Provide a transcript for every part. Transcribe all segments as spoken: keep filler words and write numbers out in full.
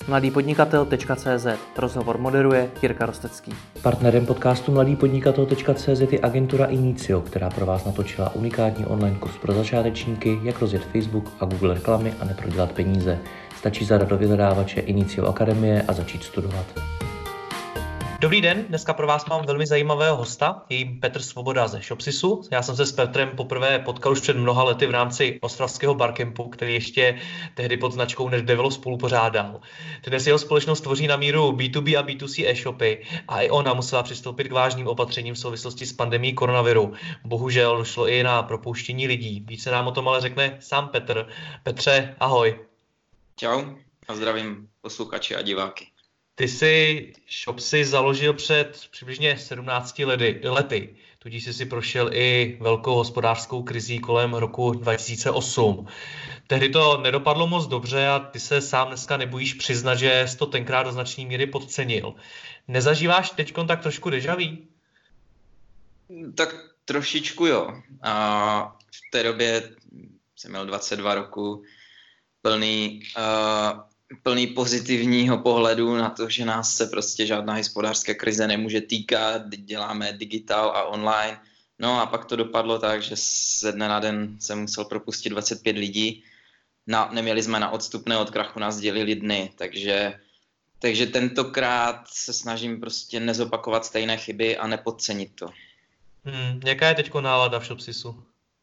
mladý podnikatel tečka cé zet. Rozhovor moderuje Jirka Rostecký. Partnerem podcastu mladý podnikatel tečka cé zet je agentura Inicio, která pro vás natočila unikátní online kurz pro začátečníky, jak rozjet Facebook a Google reklamy a neprodělat peníze. Stačí zadat do vyhledávače Inicio Akademie a začít studovat. Dobrý den, dneska pro vás mám velmi zajímavého hosta, je jím Petr Svoboda ze Shopsisu. Já jsem se s Petrem poprvé potkal už před mnoha lety v rámci ostravského barcampu, který ještě tehdy pod značkou NetDevelo spolupořádal. Dnes jeho společnost tvoří na míru bé dvě bé a bé dvě cé e-shopy a i ona musela přistoupit k vážným opatřením v souvislosti s pandemií koronaviru. Bohužel došlo i na propouštění lidí. Více nám o tom ale řekne sám Petr. Petře, ahoj. Čau a zdravím posluchači a diváky. Ty jsi Shopsys založil před přibližně sedmnácti lety, lety, tudíž jsi si prošel i velkou hospodářskou krizí kolem roku dva tisíce osm. Tehdy to nedopadlo moc dobře a ty se sám dneska nebojíš přiznat, že jsi to tenkrát do značné míry podcenil. Nezažíváš teďkon tak trošku déjà vu? Tak trošičku jo. A v té době jsem měl dvacet dva roku, plný... Uh, plný pozitivního pohledu na to, že nás se prostě žádná hospodářská krize nemůže týkat, děláme digitál a online. No a pak to dopadlo tak, že ze dne na den jsem musel propustit dvacet pět lidí. Na, neměli jsme na odstupné od krachu, nás dělili dny, takže, takže tentokrát se snažím prostě nezopakovat stejné chyby a nepodcenit to. Hmm, jaká je teďko nálada v Shopsisu?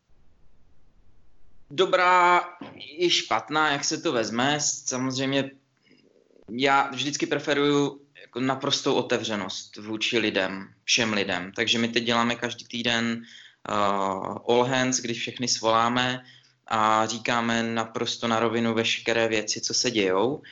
Dobrá i špatná, jak se to vezme. Samozřejmě já vždycky preferuju jako naprostou otevřenost vůči lidem, všem lidem. Takže my teď děláme každý týden uh, all hands, kdy všechny svoláme a říkáme naprosto na rovinu veškeré věci, co se dějou. Uh,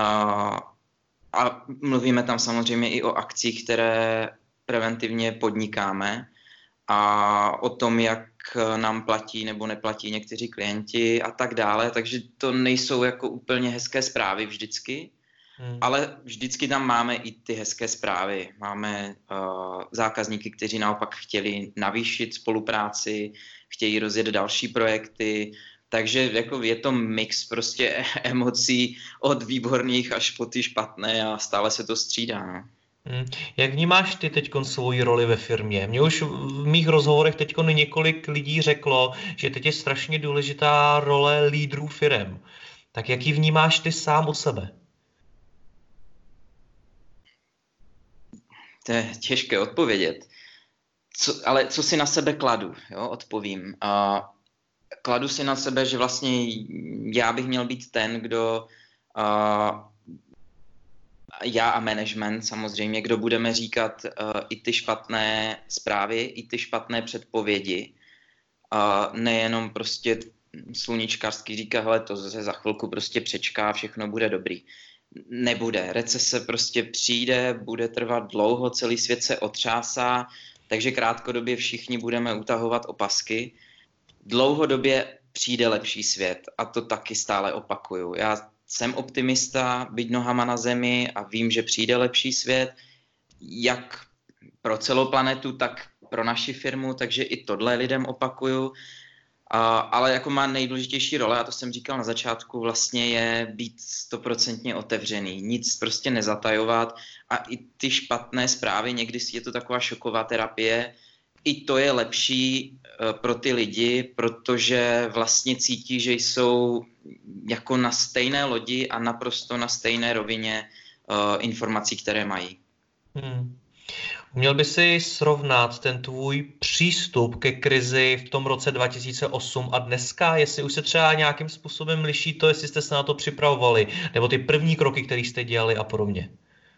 a mluvíme tam samozřejmě i o akcích, které preventivně podnikáme a o tom, jak nám platí nebo neplatí někteří klienti a tak dále, takže to nejsou jako úplně hezké zprávy vždycky, hmm. ale vždycky tam máme i ty hezké zprávy. Máme uh, zákazníky, kteří naopak chtěli navýšit spolupráci, chtějí rozjet další projekty, takže jako je to mix prostě emocí od výborných až po ty špatné a stále se to střídá. No. Hmm. Jak vnímáš ty teďkon svoji roli ve firmě? Mně už v mých rozhovorech teďkon několik lidí řeklo, že teď je strašně důležitá role lídrů firem. Tak jak ji vnímáš ty sám u sebe? To je těžké odpovědět. Co, ale co si na sebe kladu, jo, odpovím. Uh, kladu si na sebe, že vlastně já bych měl být ten, kdo... Uh, já a management samozřejmě, kdo budeme říkat uh, i ty špatné zprávy, i ty špatné předpovědi. Uh, nejenom prostě sluníčkářský říká, hele, to se za chvilku prostě přečká, všechno bude dobrý. Nebude. Recese prostě přijde, bude trvat dlouho, celý svět se otřásá, takže krátkodobě všichni budeme utahovat opasky. Dlouhodobě přijde lepší svět a to taky stále opakuju. Já jsem optimista, byť nohama na zemi a vím, že přijde lepší svět, jak pro celou planetu, tak pro naši firmu, takže i tohle lidem opakuju. A, ale jako má nejdůležitější role, a to jsem říkal na začátku, vlastně je být stoprocentně otevřený, nic prostě nezatajovat a i ty špatné zprávy, někdy je to taková šoková terapie, i to je lepší uh, pro ty lidi, protože vlastně cítí, že jsou jako na stejné lodi a naprosto na stejné rovině uh, informací, které mají. Hmm. Měl by si srovnat ten tvůj přístup ke krizi v tom roce dva tisíce osm a dneska, jestli už se třeba nějakým způsobem liší to, jestli jste se na to připravovali, nebo ty první kroky, které jste dělali a podobně?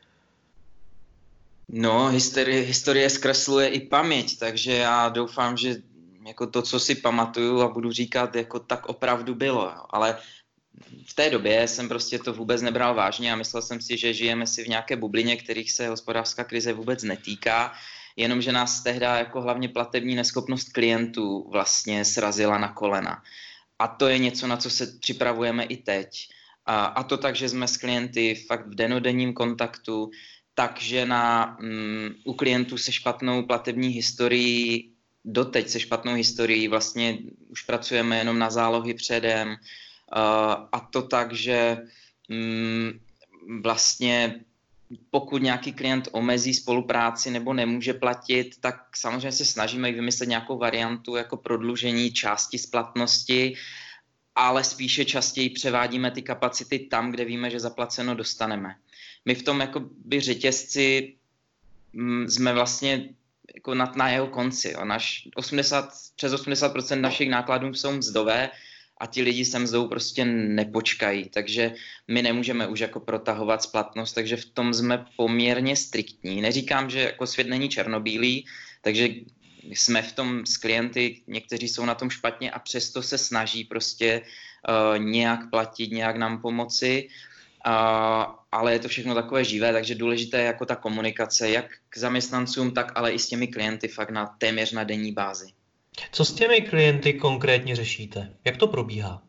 No, historie, historie zkresluje i paměť, takže já doufám, že jako to, co si pamatuju a budu říkat, jako tak opravdu bylo, ale v té době jsem prostě to vůbec nebral vážně a myslel jsem si, že žijeme si v nějaké bublině, kterých se hospodářská krize vůbec netýká, jenomže nás tehdy jako hlavně platební neschopnost klientů vlastně srazila na kolena. A to je něco, na co se připravujeme i teď. A, a to tak, že jsme s klienty fakt v denodenním kontaktu, takže na, um, u klientů se špatnou platební historií, doteď se špatnou historií vlastně už pracujeme jenom na zálohy předem, uh, a to tak, že um, vlastně pokud nějaký klient omezí spolupráci nebo nemůže platit, tak samozřejmě se snažíme i vymyslet nějakou variantu jako prodlužení části splatnosti, ale spíše častěji převádíme ty kapacity tam, kde víme, že zaplaceno dostaneme. My v tom jakoby řetězci m, jsme vlastně jako na, na jeho konci. Jo. Naš osmdesát, přes osmdesát procent našich nákladů jsou mzdové a ti lidi se mzdou prostě nepočkají, takže my nemůžeme už jako protahovat splatnost, takže v tom jsme poměrně striktní. Neříkám, že jako svět není černobílý, takže jsme v tom s klienty, někteří jsou na tom špatně a přesto se snaží prostě uh, nějak platit, nějak nám pomoci, uh, ale je to všechno takové živé, takže důležité je jako ta komunikace, jak k zaměstnancům, tak ale i s těmi klienty fakt na téměř na denní bázi. Co s těmi klienty konkrétně řešíte? Jak to probíhá?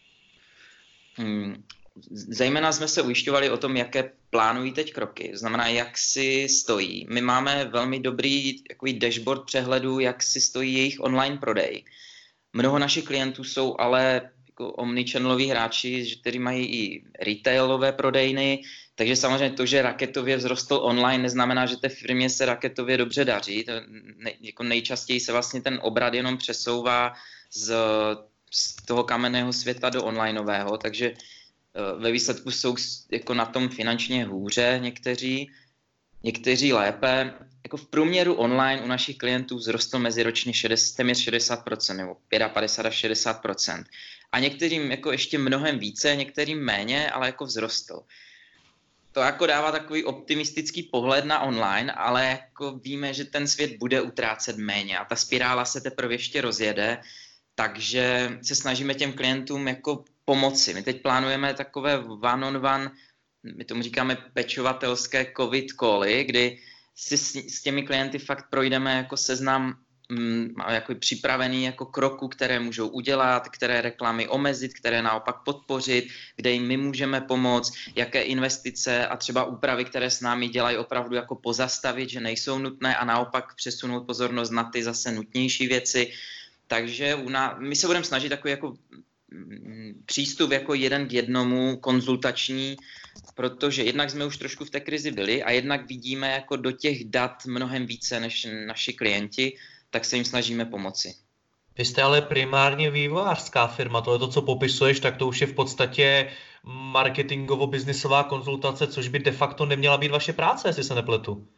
Hmm. Zejména jsme se ujišťovali o tom, jaké plánují teď kroky, znamená, jak si stojí. My máme velmi dobrý takový dashboard přehledu, jak si stojí jejich online prodej. Mnoho našich klientů jsou ale jako omnichannelloví hráči, kteří mají i retailové prodejny, takže samozřejmě to, že raketově vzrostl online, neznamená, že té firmě se raketově dobře daří. To ne, jako nejčastěji se vlastně ten obrat jenom přesouvá z, z toho kamenného světa do onlineového, takže ve výsledku jsou jako na tom finančně hůře někteří, někteří lépe. Jako v průměru online u našich klientů vzrostl meziročně šedesát, téměř šedesát procent nebo padesát pět až šedesát procent. A některým jako ještě mnohem více, některým méně, ale jako vzrostl. To jako dává takový optimistický pohled na online, ale jako víme, že ten svět bude utrácet méně a ta spirála se teprve ještě rozjede, takže se snažíme těm klientům jako pomoci. My teď plánujeme takové one-on-one, my tomu říkáme pečovatelské covid cally, kdy si s, s těmi klienty fakt projdeme jako seznam mm, jako připravený jako kroků, které můžou udělat, které reklamy omezit, které naopak podpořit, kde jim my můžeme pomoct, jaké investice a třeba úpravy, které s námi dělají, opravdu jako pozastavit, že nejsou nutné a naopak přesunout pozornost na ty zase nutnější věci. Takže u nás, my se budeme snažit takový jako přístup jako jeden k jednomu, konzultační, protože jednak jsme už trošku v té krizi byli a jednak vidíme jako do těch dat mnohem více než naši klienti, tak se jim snažíme pomoci. Vy jste ale primárně vývojářská firma, tohle to, co popisuješ, tak to už je v podstatě marketingovo-biznisová konzultace, což by de facto neměla být vaše práce, jestli se nepletu.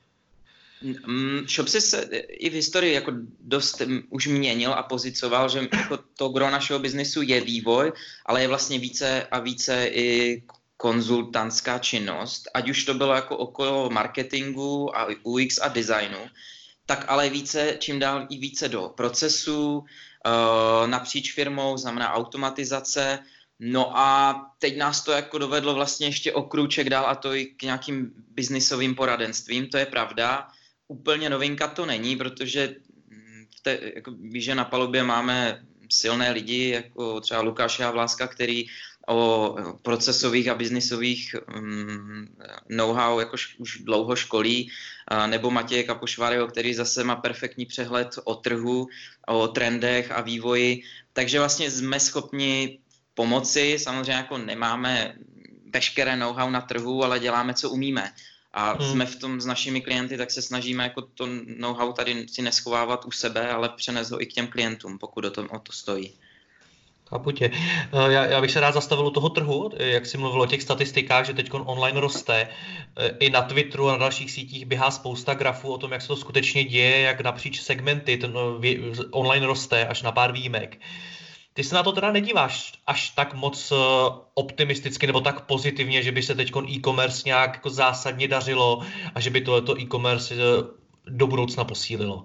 Shopsy se i v historii jako dost už měnil a pozicoval, že jako to gro našeho biznisu je vývoj, ale je vlastně více a více i konzultantská činnost, ať už to bylo jako okolo marketingu a U X a designu, tak ale více, čím dál i více do procesu, napříč firmou, znamená automatizace. No a teď nás to jako dovedlo vlastně ještě o krůček dál a to i k nějakým biznisovým poradenstvím, to je pravda. Úplně novinka to není, protože v té, jako víš, že na palubě máme silné lidi, jako třeba Lukáš Javláska, který o procesových a biznisových um, know-how jako už dlouho školí, uh, nebo Matěj Kapošvaryho, který zase má perfektní přehled o trhu, o trendech a vývoji. Takže vlastně jsme schopni pomoci, samozřejmě jako nemáme veškeré know-how na trhu, ale děláme, co umíme. A hmm. jsme v tom s našimi klienty, tak se snažíme jako to know-how tady si neschovávat u sebe, ale přenést ho i k těm klientům, pokud o to, o to stojí. Chápu tě. Já, já bych se rád zastavil u toho trhu, jak jsi mluvil o těch statistikách, že teď online roste. I na Twitteru a na dalších sítích běhá spousta grafů o tom, jak se to skutečně děje, jak napříč segmenty ten online roste až na pár výjimek. Ty se na to teda nedíváš až tak moc optimisticky nebo tak pozitivně, že by se teď e-commerce nějak jako zásadně dařilo a že by tohleto e-commerce do budoucna posílilo?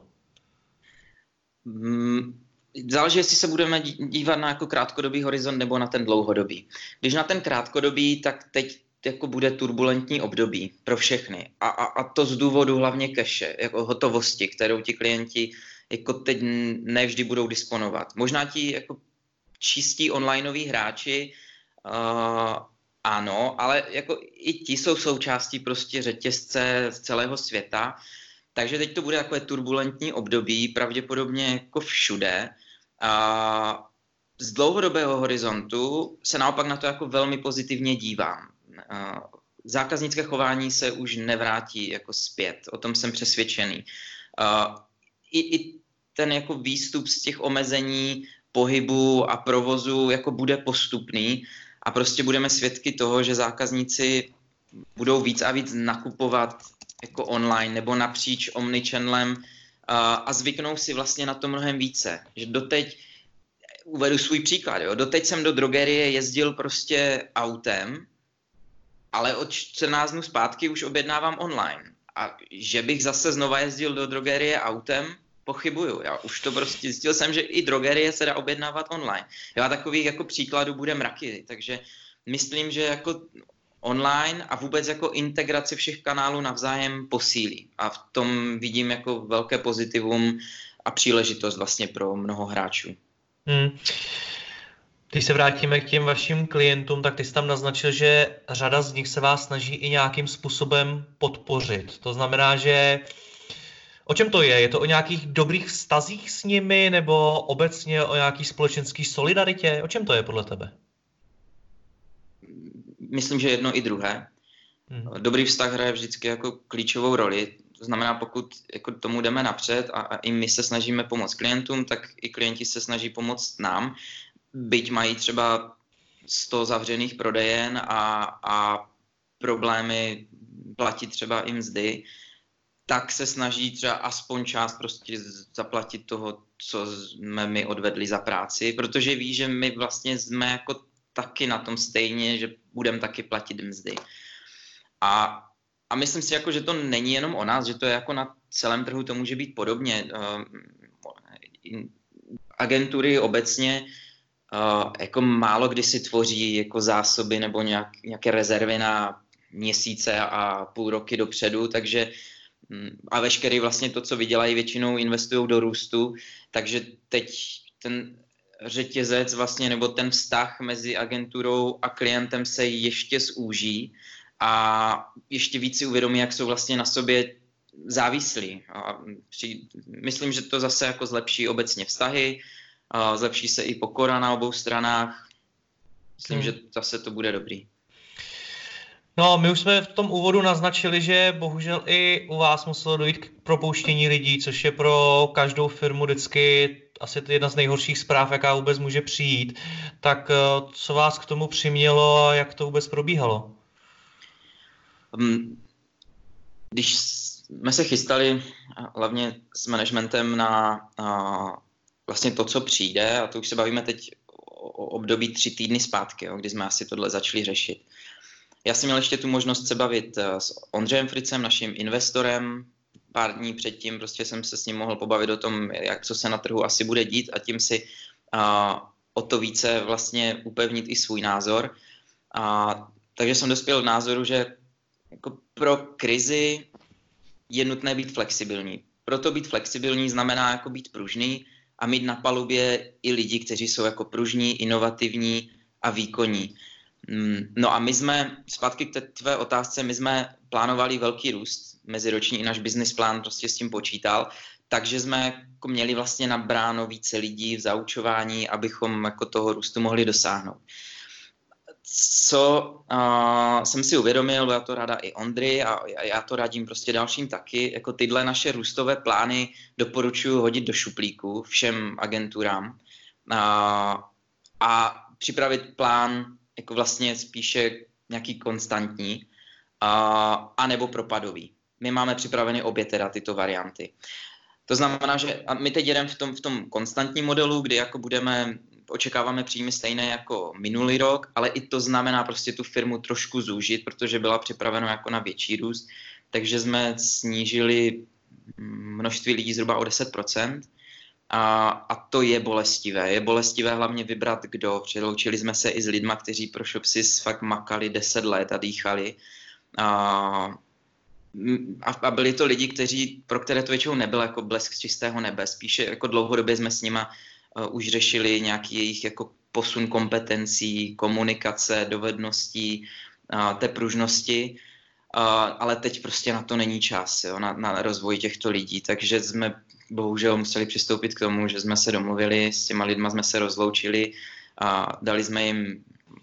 Hmm. Záleží, jestli se budeme dívat na jako krátkodobý horizont nebo na ten dlouhodobý. Když na ten krátkodobý, tak teď jako bude turbulentní období pro všechny. A, a, a to z důvodu hlavně cache, jako hotovosti, kterou ti klienti jako teď nevždy budou disponovat. Možná ti jako čistí onlineoví hráči, uh, ano, ale jako i ti jsou součástí prostě řetězce z celého světa. Takže teď to bude takové turbulentní období, pravděpodobně jako všude. A z dlouhodobého horizontu se naopak na to jako velmi pozitivně dívám. zákaznické chování se už nevrátí jako zpět, o tom jsem přesvědčený. Uh, i, I ten jako výstup z těch omezení pohybu a provozu jako bude postupný a prostě budeme svědky toho, že zákazníci budou víc a víc nakupovat jako online nebo napříč omnichannelem uh, a zvyknou si vlastně na to mnohem více. Že doteď, uvedu svůj příklad, jo, doteď jsem do drogerie jezdil prostě autem, ale od čtrnáct dnů zpátky už objednávám online. A že bych zase znova jezdil do drogerie autem, pochybuju. Já už to prostě zjistil jsem, že i drogerie se dá objednávat online. Já takových jako příkladů bude mraky, takže myslím, že jako online a vůbec jako integraci všech kanálů navzájem posílí. A v tom vidím jako velké pozitivum a příležitost vlastně pro mnoho hráčů. Hmm. Když se vrátíme k těm vašim klientům, tak ty jsi tam naznačil, že řada z nich se vás snaží i nějakým způsobem podpořit. To znamená, že o čem to je? Je to o nějakých dobrých vztazích s nimi nebo obecně o nějaký společenský solidaritě? O čem to je podle tebe? Myslím, že jedno i druhé. Hmm. Dobrý vztah hraje vždycky jako klíčovou roli. To znamená, pokud jako tomu jdeme napřed a, a i my se snažíme pomoct klientům, tak i klienti se snaží pomoct nám. Byť mají třeba sto zavřených prodejen a, a problémy platit třeba i mzdy, tak se snaží třeba aspoň část prostě zaplatit toho, co jsme my odvedli za práci, protože ví, že my vlastně jsme jako taky na tom stejně, že budeme taky platit mzdy. A, a myslím si, jako, že to není jenom o nás, že to je jako na celém trhu, to může být podobně. Agentury obecně Uh, jako málo kdy si tvoří jako zásoby nebo nějak, nějaké rezervy na měsíce a půl roky dopředu, takže a veškerý vlastně to, co vydělají, většinou investují do růstu, takže teď ten řetězec vlastně nebo ten vztah mezi agenturou a klientem se ještě zúží a ještě víc si uvědomí, jak jsou vlastně na sobě závislí. A při, myslím, že to zase jako zlepší obecně vztahy, a zlepší se i pokora na obou stranách. Myslím, hmm. že zase to bude dobrý. No, my už jsme v tom úvodu naznačili, že bohužel i u vás muselo dojít k propouštění lidí, což je pro každou firmu vždycky asi jedna z nejhorších zpráv, jaká vůbec může přijít. Tak co vás k tomu přimělo a jak to vůbec probíhalo? Když jsme se chystali hlavně s managementem na, na vlastně to, co přijde, a to už se bavíme teď o období tři týdny zpátky, jo, kdy jsme asi tohle začali řešit. Já jsem měl ještě tu možnost se bavit s Ondřejem Fritzem, naším investorem. Pár dní předtím prostě jsem se s ním mohl pobavit o tom, jak, co se na trhu asi bude dít a tím si uh, o to více vlastně upevnit i svůj názor. Uh, takže jsem dospěl k názoru, že jako pro krizi je nutné být flexibilní. Proto být flexibilní znamená jako být pružný a mít na palubě i lidi, kteří jsou jako pružní, inovativní a výkonní. No a my jsme, zpátky k té tvé otázce, my jsme plánovali velký růst meziroční, i náš business plán prostě s tím počítal, takže jsme jako měli vlastně nabráno více lidí v zaučování, abychom jako toho růstu mohli dosáhnout. Co uh, jsem si uvědomil, já to ráda i Ondry a já to radím prostě dalším taky, jako tyhle naše růstové plány doporučuji hodit do šuplíku všem agenturám uh, a připravit plán jako vlastně spíše nějaký konstantní a, a nebo propadový. My máme připraveny obě teda tyto varianty. To znamená, že a my teď jedeme v tom, v tom konstantním modelu, kdy jako budeme, očekáváme příjmy stejné jako minulý rok, ale i to znamená prostě tu firmu trošku zúžit, protože byla připravena jako na větší růst, takže jsme snížili množství lidí zhruba o deset procent. A, a to je bolestivé. Je bolestivé hlavně vybrat kdo. Předloučili jsme se i s lidma, kteří pro Shopsys fakt makali deset let a dýchali. A, a byli to lidi, kteří, pro které to většinou nebyl jako blesk z čistého nebe. Spíše jako dlouhodobě jsme s nima uh, už řešili nějaký jejich jako posun kompetencí, komunikace, dovedností, uh, té pružnosti. Uh, ale teď prostě na to není čas, jo, na, na rozvoj těchto lidí. Takže jsme bohužel museli přistoupit k tomu, že jsme se domluvili, s těma lidma jsme se rozloučili a dali jsme jim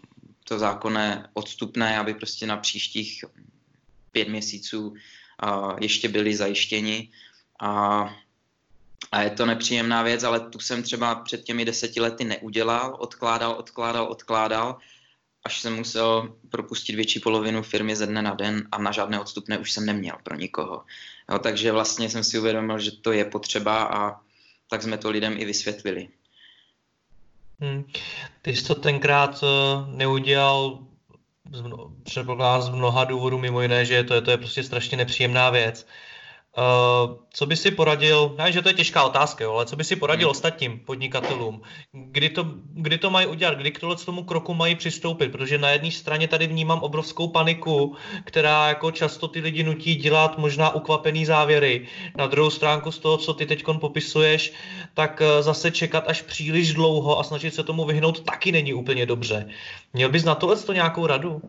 to zákonné odstupné, aby prostě na příštích pět měsíců uh, ještě byli zajištěni. A, a je to nepříjemná věc, ale tu jsem třeba před těmi deseti lety neudělal, odkládal, odkládal, odkládal, až jsem musel propustit větší polovinu firmy ze dne na den a na žádné odstupné už jsem neměl pro nikoho. Jo, takže vlastně jsem si uvědomil, že to je potřeba a tak jsme to lidem i vysvětlili. Hmm. Ty jsi to tenkrát neudělal, předpokládám z mnoha důvodů, mimo jiné, že to je, to je prostě strašně nepříjemná věc. Uh, co by si poradil, ne, že to je těžká otázka, jo, ale co by si poradil hmm. ostatním podnikatelům? Kdy to, kdy to mají udělat, kdy k tomu kroku mají přistoupit? Protože na jedné straně tady vnímám obrovskou paniku, která jako často ty lidi nutí dělat možná ukvapený závěry. Na druhou stránku z toho, co ty teďkon popisuješ, tak zase čekat až příliš dlouho a snažit se tomu vyhnout taky není úplně dobře. Měl bys na tohle to nějakou radu?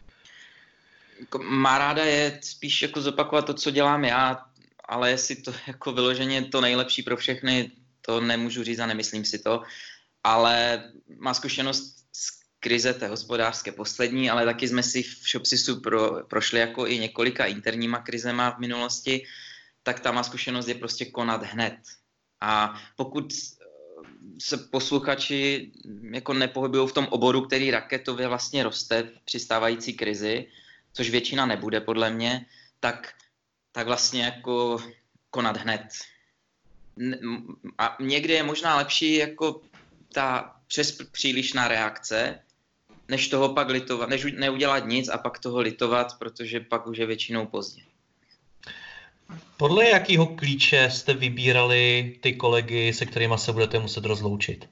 Má ráda je spíš jako zopakovat to, co dělám já, ale jestli to jako vyloženě to nejlepší pro všechny, to nemůžu říct a nemyslím si to, ale má zkušenost z krize té hospodářské poslední, ale taky jsme si v Shopsisu pro, prošli jako i několika interníma krizema v minulosti, tak ta má zkušenost je prostě konat hned. A pokud se posluchači jako nepohybují v tom oboru, který raketově vlastně roste při stávající krizi, což většina nebude podle mě, tak, tak vlastně jako konat hned. A někdy je možná lepší jako ta přes přílišná reakce, než toho pak litovat, než neudělat nic a pak toho litovat, protože pak už je většinou pozdě. Podle jakého klíče jste vybírali ty kolegy, se kterými se budete muset rozloučit?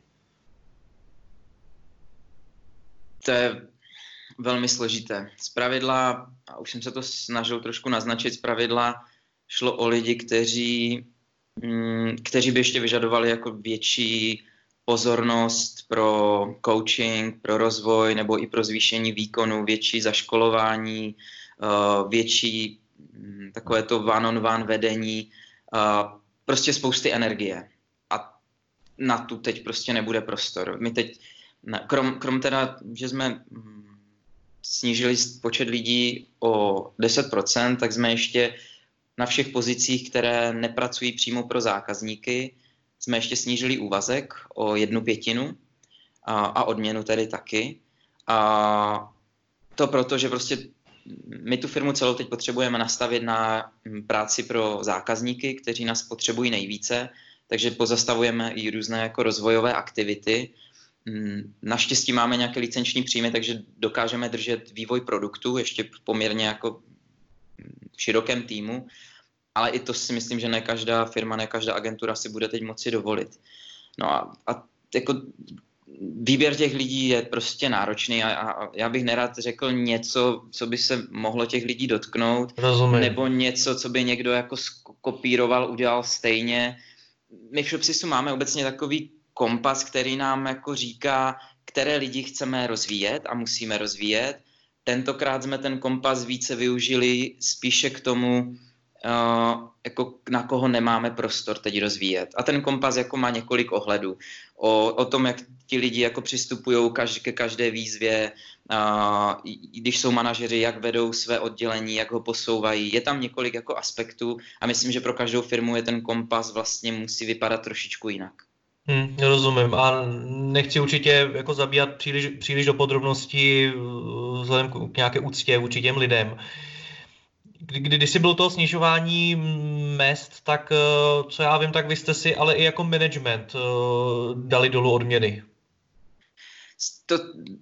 To je velmi složité. Zpravidla, a už jsem se to snažil trošku naznačit, zpravidla šlo o lidi, kteří, mm, kteří by ještě vyžadovali jako větší pozornost pro coaching, pro rozvoj nebo i pro zvýšení výkonu, větší zaškolování, uh, větší mm, takové to one-on-one vedení, uh, prostě spousty energie. A na tu teď prostě nebude prostor. My teď, krom, krom teda, že jsme snížili počet lidí o deset procent, tak jsme ještě na všech pozicích, které nepracují přímo pro zákazníky, jsme ještě snížili úvazek o jednu pětinu a, a odměnu tedy taky. A to proto, že prostě my tu firmu celou teď potřebujeme nastavit na práci pro zákazníky, kteří nás potřebují nejvíce, takže pozastavujeme i různé jako rozvojové aktivity. Naštěstí máme nějaké licenční příjmy, takže dokážeme držet vývoj produktu ještě poměrně jako v širokém týmu, ale i to si myslím, že ne každá firma, ne každá agentura si bude teď moci dovolit. No a, a jako výběr těch lidí je prostě náročný a, a já bych nerad řekl něco, co by se mohlo těch lidí dotknout. Rozumím. Nebo něco, co by někdo jako kopíroval, udělal stejně. My v Shopsisu máme obecně takový kompas, který nám jako říká, které lidi chceme rozvíjet a musíme rozvíjet. Tentokrát jsme ten kompas více využili spíše k tomu, uh, jako na koho nemáme prostor teď rozvíjet. A ten kompas jako má několik ohledů. O, o tom, jak ti lidi jako přistupují kaž, ke každé výzvě, uh, když jsou manažeři, jak vedou své oddělení, jak ho posouvají. Je tam několik jako aspektů a myslím, že pro každou firmu je ten kompas vlastně musí vypadat trošičku jinak. Hmm, rozumím a nechci určitě jako zabíhat příliš, příliš do podrobností vzhledem k nějaké úctě vůči těm lidem. Kdy, když jsi byl toho snižování mezd, tak co já vím, tak vy jste si ale i jako management dali dolů odměny. To,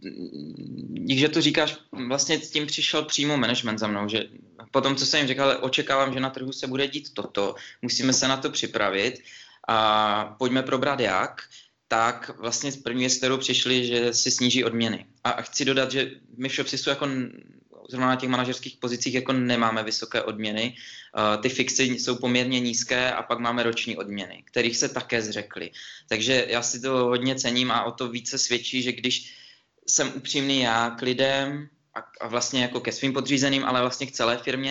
když to říkáš, vlastně s tím přišel přímo management za mnou, že potom, co jsem jim říkal, očekávám, že na trhu se bude dít toto, musíme se na to připravit. A pojďme probrat jak, tak vlastně z první věc, kterou přišli, že si sníží odměny. A chci dodat, že my v Shopsisu jako zrovna na těch manažerských pozicích jako nemáme vysoké odměny. Uh, ty fixy jsou poměrně nízké a pak máme roční odměny, kterých se také zřekli. Takže já si to hodně cením a o to více svědčí, že když jsem upřímný já k lidem a, a vlastně jako ke svým podřízeným, ale vlastně k celé firmě,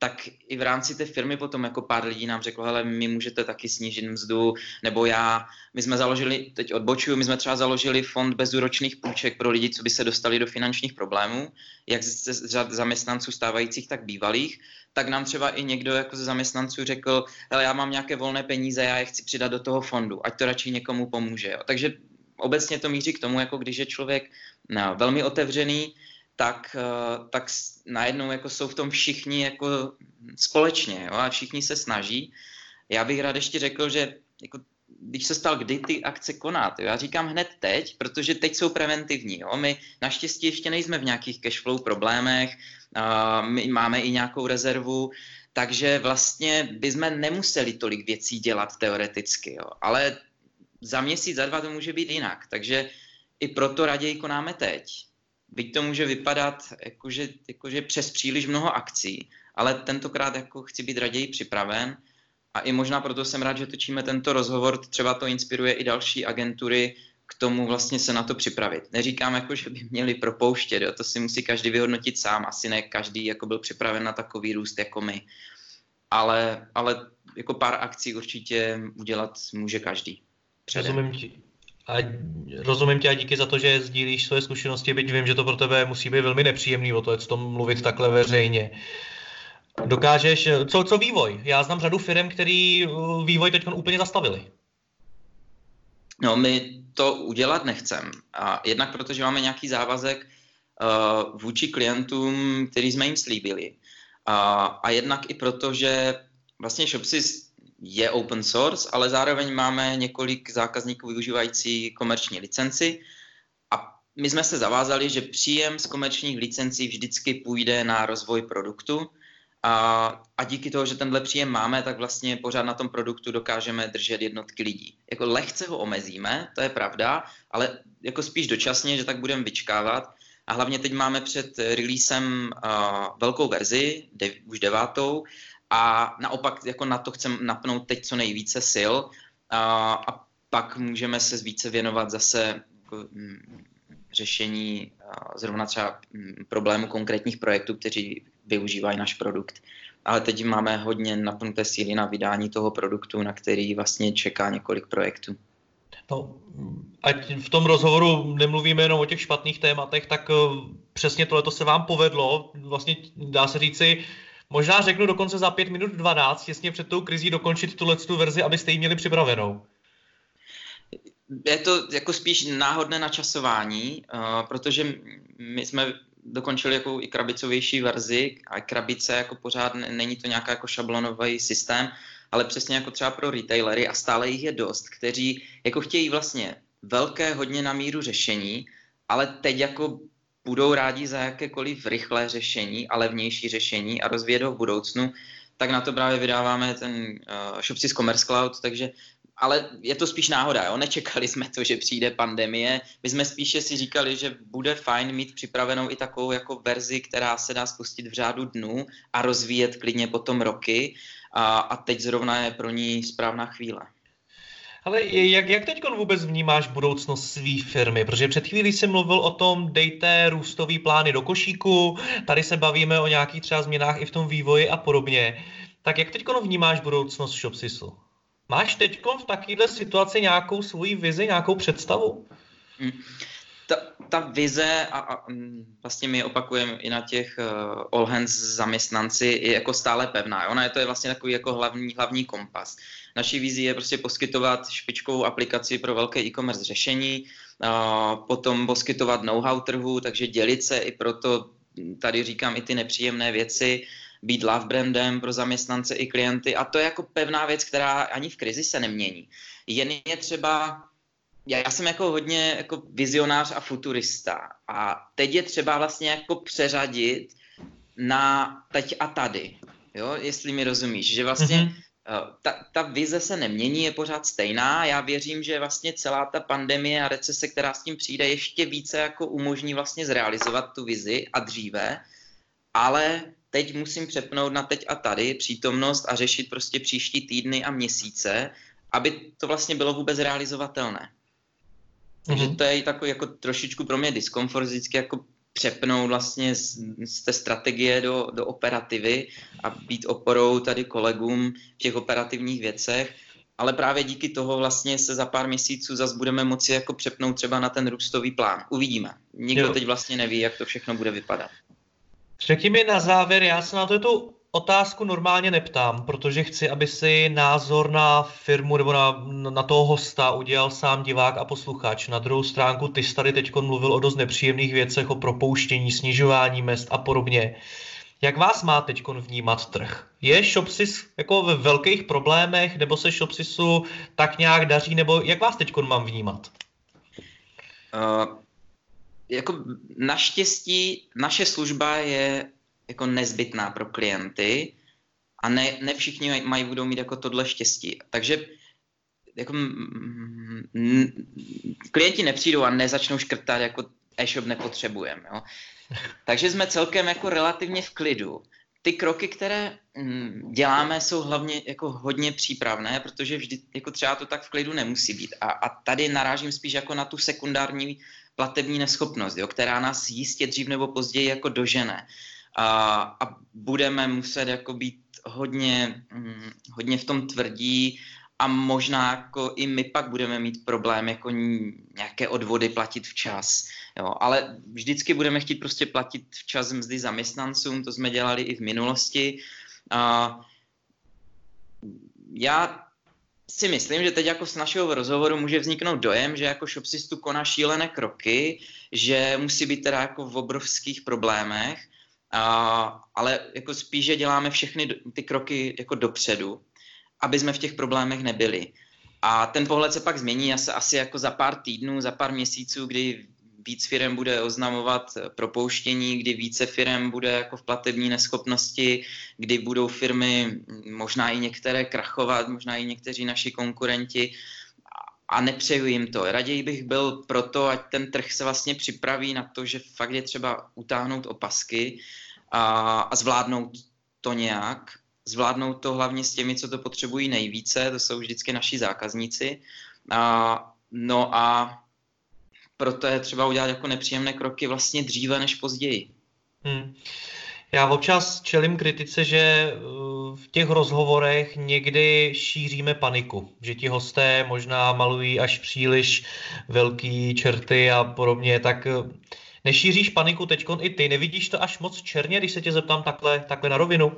tak i v rámci té firmy potom jako pár lidí nám řeklo, hele, my můžete taky snížit mzdu, nebo já, my jsme založili, teď odbočuju, my jsme třeba založili fond bezúročných půjček pro lidi, co by se dostali do finančních problémů, jak z řad zaměstnanců stávajících, tak bývalých, tak nám třeba i někdo jako ze zaměstnanců řekl, hele, já mám nějaké volné peníze, já je chci přidat do toho fondu, ať to radši někomu pomůže. Jo. Takže obecně to míří k tomu, jako když je člověk no, velmi otevřený, tak, tak najednou jako jsou v tom všichni jako společně, jo, a všichni se snaží. Já bych rád ještě řekl, že jako, když se stal kdy ty akce konat, jo, já říkám hned teď, protože teď jsou preventivní. Jo. My naštěstí ještě nejsme v nějakých cashflow problémech, uh, my máme i nějakou rezervu, takže vlastně bychom nemuseli tolik věcí dělat teoreticky, jo. Ale za měsíc, za dva to může být jinak, takže i proto raději konáme teď. Byť to může vypadat jakože, jakože přes příliš mnoho akcí, ale tentokrát jako chci být raději připraven a i možná proto jsem rád, že točíme tento rozhovor, třeba to inspiruje i další agentury k tomu vlastně se na to připravit. Neříkám jako, že by měli propouštět, jo? To si musí každý vyhodnotit sám, asi ne každý jako byl připraven na takový růst jako my, ale, ale jako pár akcí určitě udělat může každý. Předem. Rozumím ti. A rozumím tě a díky za to, že sdílíš své zkušenosti, byť vím, že to pro tebe musí být velmi nepříjemný o to, co tom mluvit takhle veřejně. Dokážeš, co, co vývoj? Já znám řadu firm, který vývoj teď úplně zastavili. No, my to udělat nechcem. A jednak protože máme nějaký závazek uh, vůči klientům, který jsme jim slíbili. A, a jednak i proto, že vlastně Shopsys je open source, ale zároveň máme několik zákazníků využívající komerční licenci a my jsme se zavázali, že příjem z komerčních licencí vždycky půjde na rozvoj produktu a, a díky toho, že tenhle příjem máme, tak vlastně pořád na tom produktu dokážeme držet jednotky lidí. Jako lehce ho omezíme, to je pravda, ale jako spíš dočasně, že tak budeme vyčkávat a hlavně teď máme před releasem uh, velkou verzi, dev, už devátou, a naopak jako na to chceme napnout teď co nejvíce sil a, a pak můžeme se více věnovat zase jako, m, řešení a, zrovna třeba m, problému konkrétních projektů, kteří využívají náš produkt. Ale teď máme hodně napnuté síly na vydání toho produktu, na který vlastně čeká několik projektů. No, ať v tom rozhovoru nemluvíme jenom o těch špatných tématech, tak uh, přesně tohleto se vám povedlo. Vlastně dá se říci, možná řeknu dokonce za pět minut dvanáct, těsně před tou krizí dokončit tuhletu verzi, abyste ji měli připravenou. Je to jako spíš náhodné načasování, uh, protože my jsme dokončili jako i krabicovější verzi a krabice jako pořád není to nějaká jako šablonový systém, ale přesně jako třeba pro retailery a stále jich je dost, kteří jako chtějí vlastně velké, hodně na míru řešení, ale teď jako budou rádi za jakékoliv rychlé řešení a levnější řešení a rozvíjet ho v budoucnu, tak na to právě vydáváme ten uh, Shopsys Commerce Cloud, takže ale je to spíš náhoda, jo? Nečekali jsme to, že přijde pandemie, my jsme spíše si říkali, že bude fajn mít připravenou i takovou jako verzi, která se dá spustit v řádu dnů a rozvíjet klidně potom roky a, a teď zrovna je pro ní správná chvíle. Ale jak, jak teď vůbec vnímáš budoucnost své firmy? Protože před chvílí jsem mluvil o tom, dejte růstový plány do košíku, tady se bavíme o nějakých třeba změnách i v tom vývoji a podobně. Tak jak teď vnímáš budoucnost Shopsysu? Máš teď v takovéhle situaci nějakou svoji vizi, nějakou představu? Hmm. Ta, ta vize, a, a vlastně my opakujeme i na těch uh, all hands zaměstnanci, je jako stále pevná. Ona je to je vlastně takový jako hlavní, hlavní kompas. Naší vizí je prostě poskytovat špičkovou aplikaci pro velké e-commerce řešení, uh, potom poskytovat know-how trhu, takže dělit se i proto, tady říkám i ty nepříjemné věci, být love brandem pro zaměstnance i klienty a to je jako pevná věc, která ani v krizi se nemění. Jen je třeba, já, já jsem jako hodně jako vizionář a futurista a teď je třeba vlastně jako přeřadit na teď a tady, jo, jestli mi rozumíš, že vlastně mm-hmm. ta, ta vize se nemění, je pořád stejná. Já věřím, že vlastně celá ta pandemie a recese, která s tím přijde, ještě více jako umožní vlastně zrealizovat tu vizi a dříve, ale teď musím přepnout na teď a tady přítomnost a řešit prostě příští týdny a měsíce, aby to vlastně bylo vůbec realizovatelné. Takže mm-hmm. to je takový jako trošičku pro mě diskomfort vždycky jako přepnout vlastně z, z té strategie do, do operativy a být oporou tady kolegům v těch operativních věcech. Ale právě díky toho vlastně se za pár měsíců zase budeme moci jako přepnout třeba na ten růstový plán. Uvidíme. Nikdo jo. teď vlastně neví, jak to všechno bude vypadat. Řekni mi na závěr, já se na to tu otázku normálně neptám, protože chci, aby si názor na firmu nebo na, na toho hosta udělal sám divák a posluchač. Na druhou stránku ty jsi tady teď mluvil o dost nepříjemných věcech, o propouštění, snižování mezd a podobně. Jak vás má teď vnímat trh? Je Shopsys jako ve velkých problémech, nebo se Shopsysu tak nějak daří, nebo jak vás teď mám vnímat? Uh, jako naštěstí naše služba je jako nezbytná pro klienty a ne, ne všichni mají, budou mít jako tohle štěstí. Takže jako, m, m, klienti nepřijdou a nezačnou škrtat, jako e-shop nepotřebujeme. Jo? Takže jsme celkem jako relativně v klidu. Ty kroky, které m, děláme, jsou hlavně jako hodně přípravné, protože vždy jako třeba to tak v klidu nemusí být. A, a tady narážím spíš jako na tu sekundární platební neschopnost, jo, která nás jistě dřív nebo později jako dožene. A, a budeme muset jako být hodně, hm, hodně v tom tvrdí a možná jako i my pak budeme mít problém jako nějaké odvody platit včas. Jo. Ale vždycky budeme chtít prostě platit včas mzdy zaměstnancům, to jsme dělali i v minulosti. A já si myslím, že teď jako z našeho rozhovoru může vzniknout dojem, že jako Shopsys tu koná šílené kroky, že musí být teda jako v obrovských problémech, a, ale jako spíš, že děláme všechny ty kroky jako dopředu, aby jsme v těch problémech nebyli. A ten pohled se pak změní asi, asi jako za pár týdnů, za pár měsíců, kdy víc firem bude oznamovat propouštění, kdy více firem bude jako v platební neschopnosti, kdy budou firmy možná i některé krachovat, možná i někteří naši konkurenti a nepřeju jim to. Raději bych byl proto, ať ten trh se vlastně připraví na to, že fakt je třeba utáhnout opasky a, a zvládnout to nějak. Zvládnout to hlavně s těmi, co to potřebují nejvíce, to jsou vždycky naši zákazníci. A, no a proto je třeba udělat jako nepříjemné kroky vlastně dříve než později. Hmm. Já občas čelím kritice, že v těch rozhovorech někdy šíříme paniku, že ti hosté možná malují až příliš velký čerty a podobně, tak nešíříš paniku teďkon i ty, nevidíš to až moc černě, když se tě zeptám takhle, takhle na rovinu?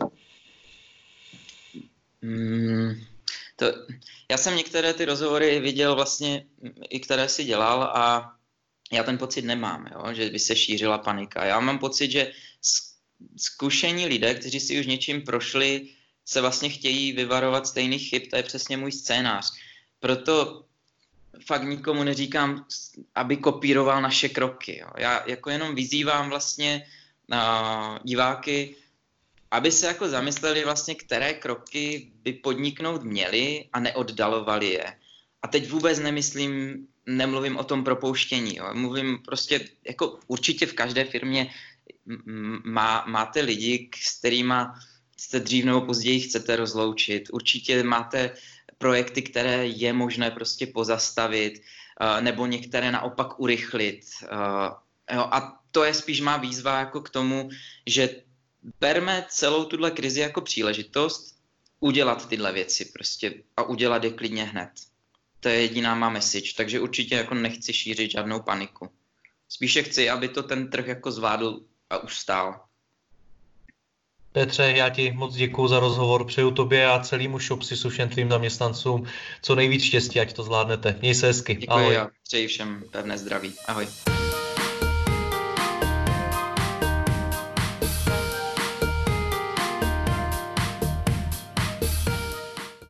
Hmm, to, já jsem některé ty rozhovory viděl vlastně, i které si dělal a já ten pocit nemám, jo, že by se šířila panika. Já mám pocit, že zkušení lidé, kteří si už něčím prošli, se vlastně chtějí vyvarovat stejných chyb, to je přesně můj scénář. Proto fakt nikomu neříkám, aby kopíroval naše kroky. Jo. Já jako jenom vyzývám vlastně uh, diváky, aby se jako zamysleli vlastně, které kroky by podniknout měli a neoddalovali je. A teď vůbec nemyslím, nemluvím o tom propouštění. Jo. Mluvím prostě, jako určitě v každé firmě má, máte lidi, s kterými jste dřív nebo později chcete rozloučit. Určitě máte projekty, které je možné prostě pozastavit, nebo některé naopak urychlit. Jo. A to je spíš má výzva jako k tomu, že berme celou tuhle krizi jako příležitost udělat tyhle věci prostě a udělat je klidně hned. To je jediná má message, takže určitě jako nechci šířit žádnou paniku. Spíše chci, aby to ten trh jako zvládl a ustál. Petře, já ti moc děkuju za rozhovor, přeju tobě a celému Shopsysu, všem tvým zaměstnancům co nejvíc štěstí, ať to zvládnete. Měj se hezky. Děkuji a přeji všem pevné zdraví. Ahoj.